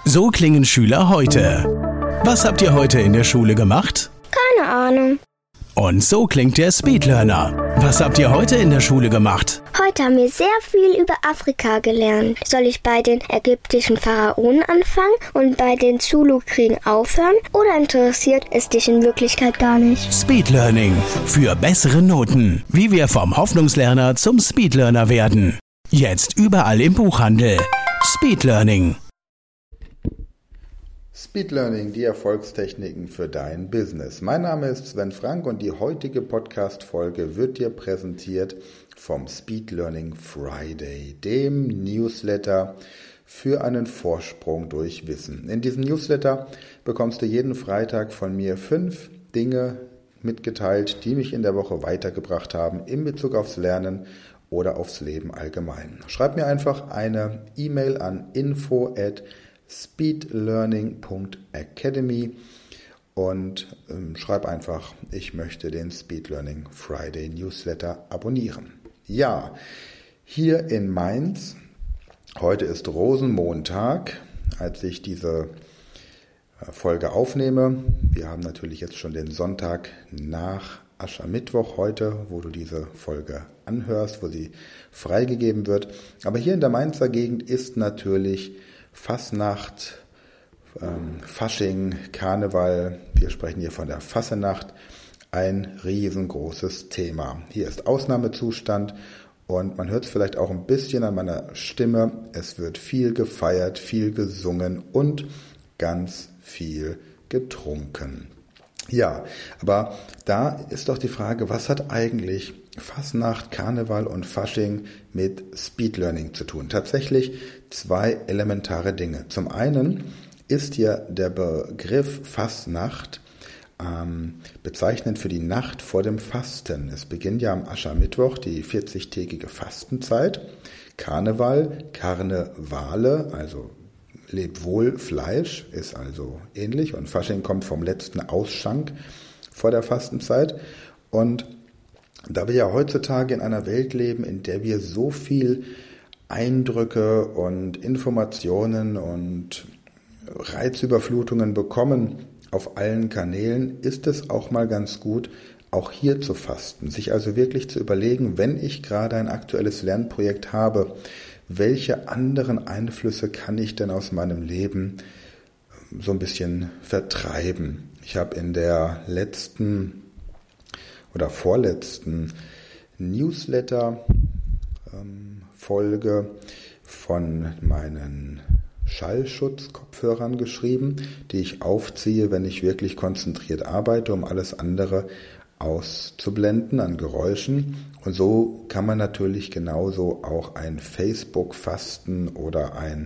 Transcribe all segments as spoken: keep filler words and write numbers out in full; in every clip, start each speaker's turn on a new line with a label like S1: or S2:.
S1: So klingen Schüler heute. Was habt ihr heute in der Schule gemacht?
S2: Keine Ahnung.
S1: Und so klingt der Speedlearner. Was habt ihr heute in der Schule gemacht?
S2: Heute haben wir sehr viel über Afrika gelernt. Soll ich bei den ägyptischen Pharaonen anfangen und bei den Zulu-Kriegen aufhören? Oder interessiert es dich in Wirklichkeit gar nicht?
S1: Speedlearning. Für bessere Noten. Wie wir vom Hoffnungslerner zum Speedlearner werden. Jetzt überall im Buchhandel. Speedlearning.
S3: Speedlearning, die Erfolgstechniken für dein Business. Mein Name ist Sven Frank und die heutige Podcast-Folge wird dir präsentiert vom Speedlearning Friday, dem Newsletter für einen Vorsprung durch Wissen. In diesem Newsletter bekommst du jeden Freitag von mir fünf Dinge mitgeteilt, die mich in der Woche weitergebracht haben in Bezug aufs Lernen oder aufs Leben allgemein. Schreib mir einfach eine E-Mail an info at speedlearning punkt academy und ähm, schreib einfach, ich möchte den Speedlearning Friday Newsletter abonnieren. Ja, hier in Mainz, heute ist Rosenmontag, als ich diese Folge aufnehme. Wir haben natürlich jetzt schon den Sonntag nach Aschermittwoch heute, wo du diese Folge anhörst, wo sie freigegeben wird. Aber hier in der Mainzer Gegend ist natürlich Fasnacht, ähm, Fasching, Karneval, wir sprechen hier von der Fassenacht, ein riesengroßes Thema. Hier ist Ausnahmezustand und man hört es vielleicht auch ein bisschen an meiner Stimme. Es wird viel gefeiert, viel gesungen und ganz viel getrunken. Ja, aber da ist doch die Frage, was hat eigentlich Fasnacht, Karneval und Fasching mit Speedlearning zu tun? Tatsächlich zwei elementare Dinge. Zum einen ist ja der Begriff Fasnacht ähm, bezeichnend für die Nacht vor dem Fasten. Es beginnt ja am Aschermittwoch die vierzigtägige Fastenzeit. Karneval, Karnevale, also Leb wohl, Fleisch ist also ähnlich und Fasching kommt vom letzten Ausschank vor der Fastenzeit. Und da wir ja heutzutage in einer Welt leben, in der wir so viel Eindrücke und Informationen und Reizüberflutungen bekommen auf allen Kanälen, ist es auch mal ganz gut, auch hier zu fasten. Sich also wirklich zu überlegen, wenn ich gerade ein aktuelles Lernprojekt habe, welche anderen Einflüsse kann ich denn aus meinem Leben so ein bisschen vertreiben? Ich habe in der letzten oder vorletzten Newsletter-Folge von meinen Schallschutzkopfhörern geschrieben, die ich aufziehe, wenn ich wirklich konzentriert arbeite, um alles andere auszublenden an Geräuschen. Und so kann man natürlich genauso auch ein Facebook-Fasten oder ein,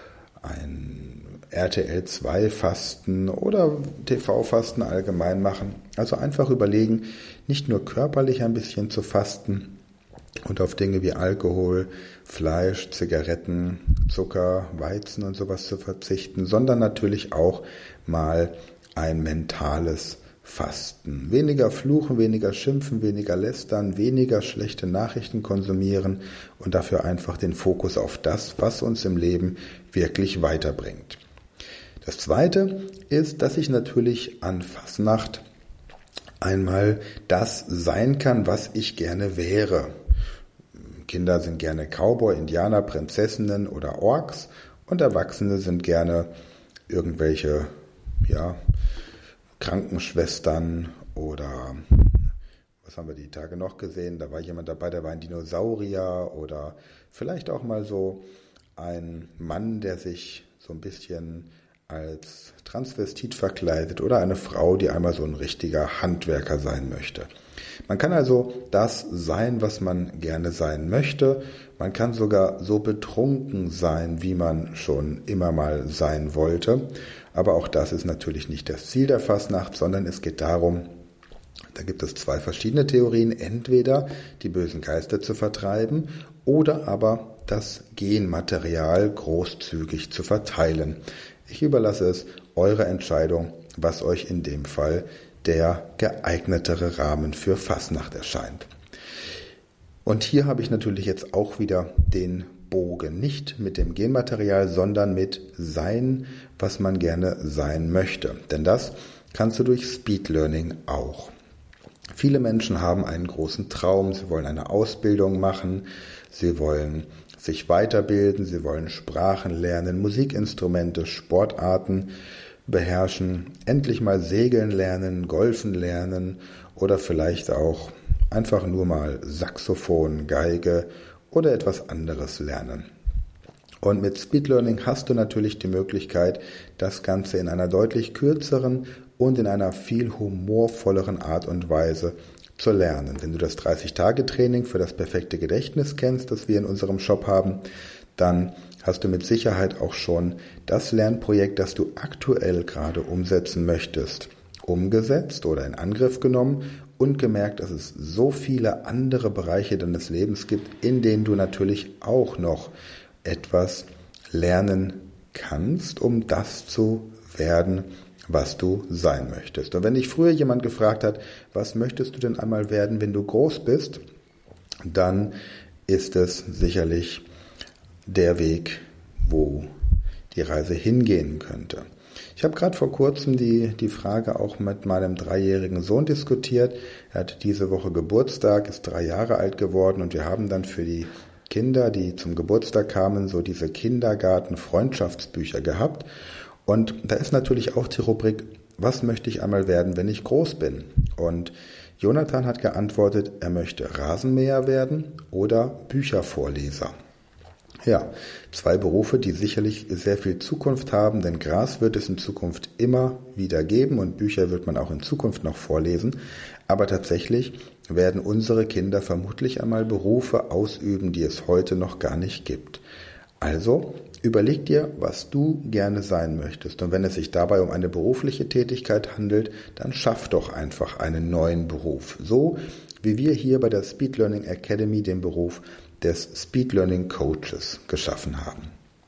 S3: ein R T L zwei Fasten oder T V-Fasten allgemein machen. Also einfach überlegen, nicht nur körperlich ein bisschen zu fasten und auf Dinge wie Alkohol, Fleisch, Zigaretten, Zucker, Weizen und sowas zu verzichten, sondern natürlich auch mal ein mentales Fasten. Weniger fluchen, weniger schimpfen, weniger lästern, weniger schlechte Nachrichten konsumieren und dafür einfach den Fokus auf das, was uns im Leben wirklich weiterbringt. Das Zweite ist, dass ich natürlich an Fasnacht einmal das sein kann, was ich gerne wäre. Kinder sind gerne Cowboy, Indianer, Prinzessinnen oder Orks und Erwachsene sind gerne irgendwelche, ja, Krankenschwestern oder was haben wir die Tage noch gesehen? Da war jemand dabei, der war ein Dinosaurier oder vielleicht auch mal so ein Mann, der sich so ein bisschen als Transvestit verkleidet oder eine Frau, die einmal so ein richtiger Handwerker sein möchte. Man kann also das sein, was man gerne sein möchte. Man kann sogar so betrunken sein, wie man schon immer mal sein wollte. Aber auch das ist natürlich nicht das Ziel der Fasnacht, sondern es geht darum, da gibt es zwei verschiedene Theorien, entweder die bösen Geister zu vertreiben oder aber das Genmaterial großzügig zu verteilen. Ich überlasse es eurer Entscheidung, was euch in dem Fall der geeignetere Rahmen für Fasnacht erscheint. Und hier habe ich natürlich jetzt auch wieder den Bogen. Nicht mit dem Genmaterial, sondern mit sein, was man gerne sein möchte. Denn das kannst du durch Speed Learning auch. Viele Menschen haben einen großen Traum. Sie wollen eine Ausbildung machen. Sie wollen sich weiterbilden. Sie wollen Sprachen lernen, Musikinstrumente, Sportarten beherrschen, endlich mal segeln lernen, golfen lernen oder vielleicht auch einfach nur mal Saxophon, Geige oder etwas anderes lernen. Und mit Speed Learning hast du natürlich die Möglichkeit, das Ganze in einer deutlich kürzeren und in einer viel humorvolleren Art und Weise zu lernen. Wenn du das dreißig-Tage-Training für das perfekte Gedächtnis kennst, das wir in unserem Shop haben, dann hast du mit Sicherheit auch schon das Lernprojekt, das du aktuell gerade umsetzen möchtest, umgesetzt oder in Angriff genommen und gemerkt, dass es so viele andere Bereiche deines Lebens gibt, in denen du natürlich auch noch etwas lernen kannst, um das zu werden, was du sein möchtest. Und wenn dich früher jemand gefragt hat, was möchtest du denn einmal werden, wenn du groß bist, dann ist es sicherlich der Weg, wo die Reise hingehen könnte. Ich habe gerade vor kurzem die, die Frage auch mit meinem dreijährigen Sohn diskutiert. Er hat diese Woche Geburtstag, ist drei Jahre alt geworden und wir haben dann für die Kinder, die zum Geburtstag kamen, so diese Kindergarten-Freundschaftsbücher gehabt. Und da ist natürlich auch die Rubrik, was möchte ich einmal werden, wenn ich groß bin? Und Jonathan hat geantwortet, er möchte Rasenmäher werden oder Büchervorleser. Ja, zwei Berufe, die sicherlich sehr viel Zukunft haben, denn Gras wird es in Zukunft immer wieder geben und Bücher wird man auch in Zukunft noch vorlesen. Aber tatsächlich werden unsere Kinder vermutlich einmal Berufe ausüben, die es heute noch gar nicht gibt. Also überleg dir, was du gerne sein möchtest. Und wenn es sich dabei um eine berufliche Tätigkeit handelt, dann schaff doch einfach einen neuen Beruf. So wie wir hier bei der Speed Learning Academy den Beruf des Speed Learning Coaches geschaffen haben.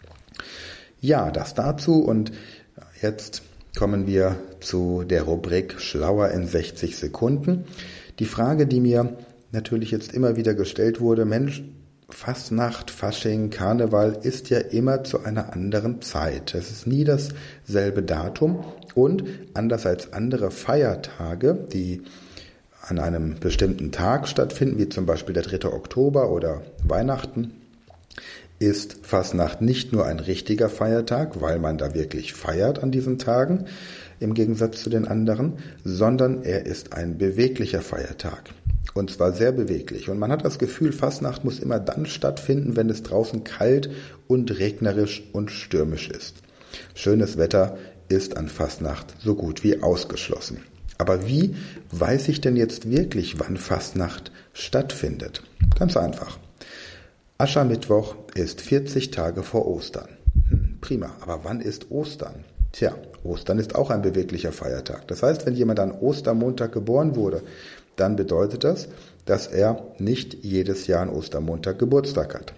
S3: Ja, das dazu und jetzt kommen wir zu der Rubrik Schlauer in sechzig Sekunden. Die Frage, die mir natürlich jetzt immer wieder gestellt wurde, Mensch, Fastnacht, Fasching, Karneval ist ja immer zu einer anderen Zeit. Es ist nie dasselbe Datum und anders als andere Feiertage, die an einem bestimmten Tag stattfinden, wie zum Beispiel der dritte Oktober oder Weihnachten, ist Fastnacht nicht nur ein richtiger Feiertag, weil man da wirklich feiert an diesen Tagen, im Gegensatz zu den anderen, sondern er ist ein beweglicher Feiertag. Und zwar sehr beweglich. Und man hat das Gefühl, Fastnacht muss immer dann stattfinden, wenn es draußen kalt und regnerisch und stürmisch ist. Schönes Wetter ist an Fastnacht so gut wie ausgeschlossen. Aber wie weiß ich denn jetzt wirklich, wann Fastnacht stattfindet? Ganz einfach. Aschermittwoch ist vierzig Tage vor Ostern. Hm, prima, aber wann ist Ostern? Tja, Ostern ist auch ein beweglicher Feiertag. Das heißt, wenn jemand an Ostermontag geboren wurde, dann bedeutet das, dass er nicht jedes Jahr an Ostermontag Geburtstag hat.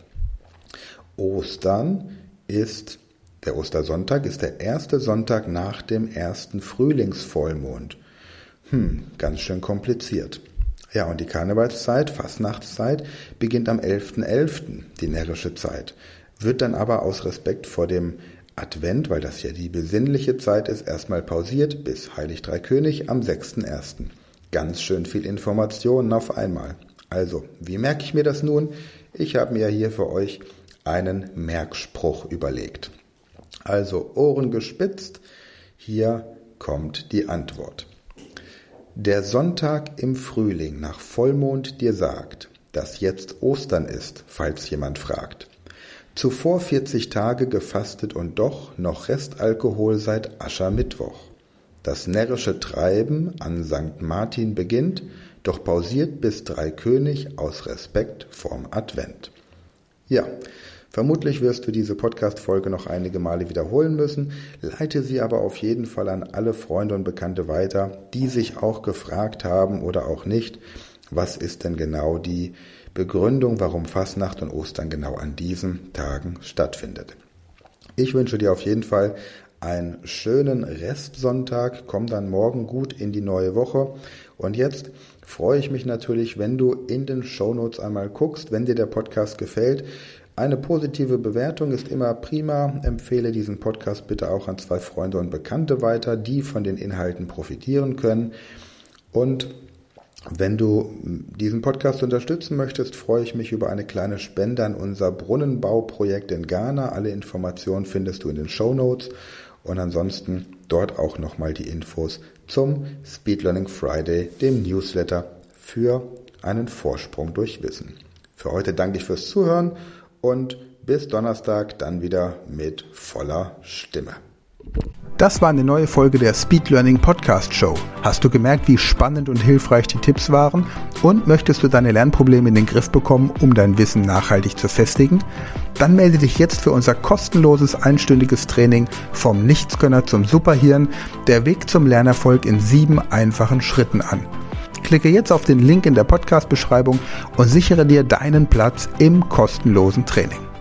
S3: Ostern ist, der Ostersonntag ist der erste Sonntag nach dem ersten Frühlingsvollmond. Hm, ganz schön kompliziert. Ja, und die Karnevalszeit, Fastnachtszeit, beginnt am elften elften, die närrische Zeit, wird dann aber aus Respekt vor dem Advent, weil das ja die besinnliche Zeit ist, erstmal pausiert bis Heilig Drei König am sechsten ersten Ganz schön viel Informationen auf einmal. Also, wie merke ich mir das nun? Ich habe mir hier für euch einen Merkspruch überlegt. Also, Ohren gespitzt, hier kommt die Antwort. Der Sonntag im Frühling nach Vollmond dir sagt, dass jetzt Ostern ist, falls jemand fragt. Zuvor vierzig Tage gefastet und doch noch Restalkohol seit Aschermittwoch. Das närrische Treiben an Sankt Martin beginnt, doch pausiert bis Dreikönig aus Respekt vorm Advent. Ja, vermutlich wirst du diese Podcast-Folge noch einige Male wiederholen müssen, leite sie aber auf jeden Fall an alle Freunde und Bekannte weiter, die sich auch gefragt haben oder auch nicht, was ist denn genau die Begründung, warum Fastnacht und Ostern genau an diesen Tagen stattfindet. Ich wünsche dir auf jeden Fall einen schönen Restsonntag, komm dann morgen gut in die neue Woche und jetzt freue ich mich natürlich, wenn du in den Shownotes einmal guckst, wenn dir der Podcast gefällt, Eine positive Bewertung ist immer prima. Empfehle diesen Podcast bitte auch an zwei Freunde und Bekannte weiter, die von den Inhalten profitieren können. Und wenn du diesen Podcast unterstützen möchtest, freue ich mich über eine kleine Spende an unser Brunnenbauprojekt in Ghana. Alle Informationen findest du in den Shownotes und ansonsten dort auch nochmal die Infos zum Speed Learning Friday, dem Newsletter für einen Vorsprung durch Wissen. Für heute danke ich fürs Zuhören und bis Donnerstag dann wieder mit voller Stimme.
S4: Das war eine neue Folge der Speed Learning Podcast Show. Hast du gemerkt, wie spannend und hilfreich die Tipps waren? Und möchtest du deine Lernprobleme in den Griff bekommen, um dein Wissen nachhaltig zu festigen? Dann melde dich jetzt für unser kostenloses einstündiges Training vom Nichtskönner zum Superhirn, der Weg zum Lernerfolg in sieben einfachen Schritten an. Klicke jetzt auf den Link in der Podcast-Beschreibung und sichere dir deinen Platz im kostenlosen Training.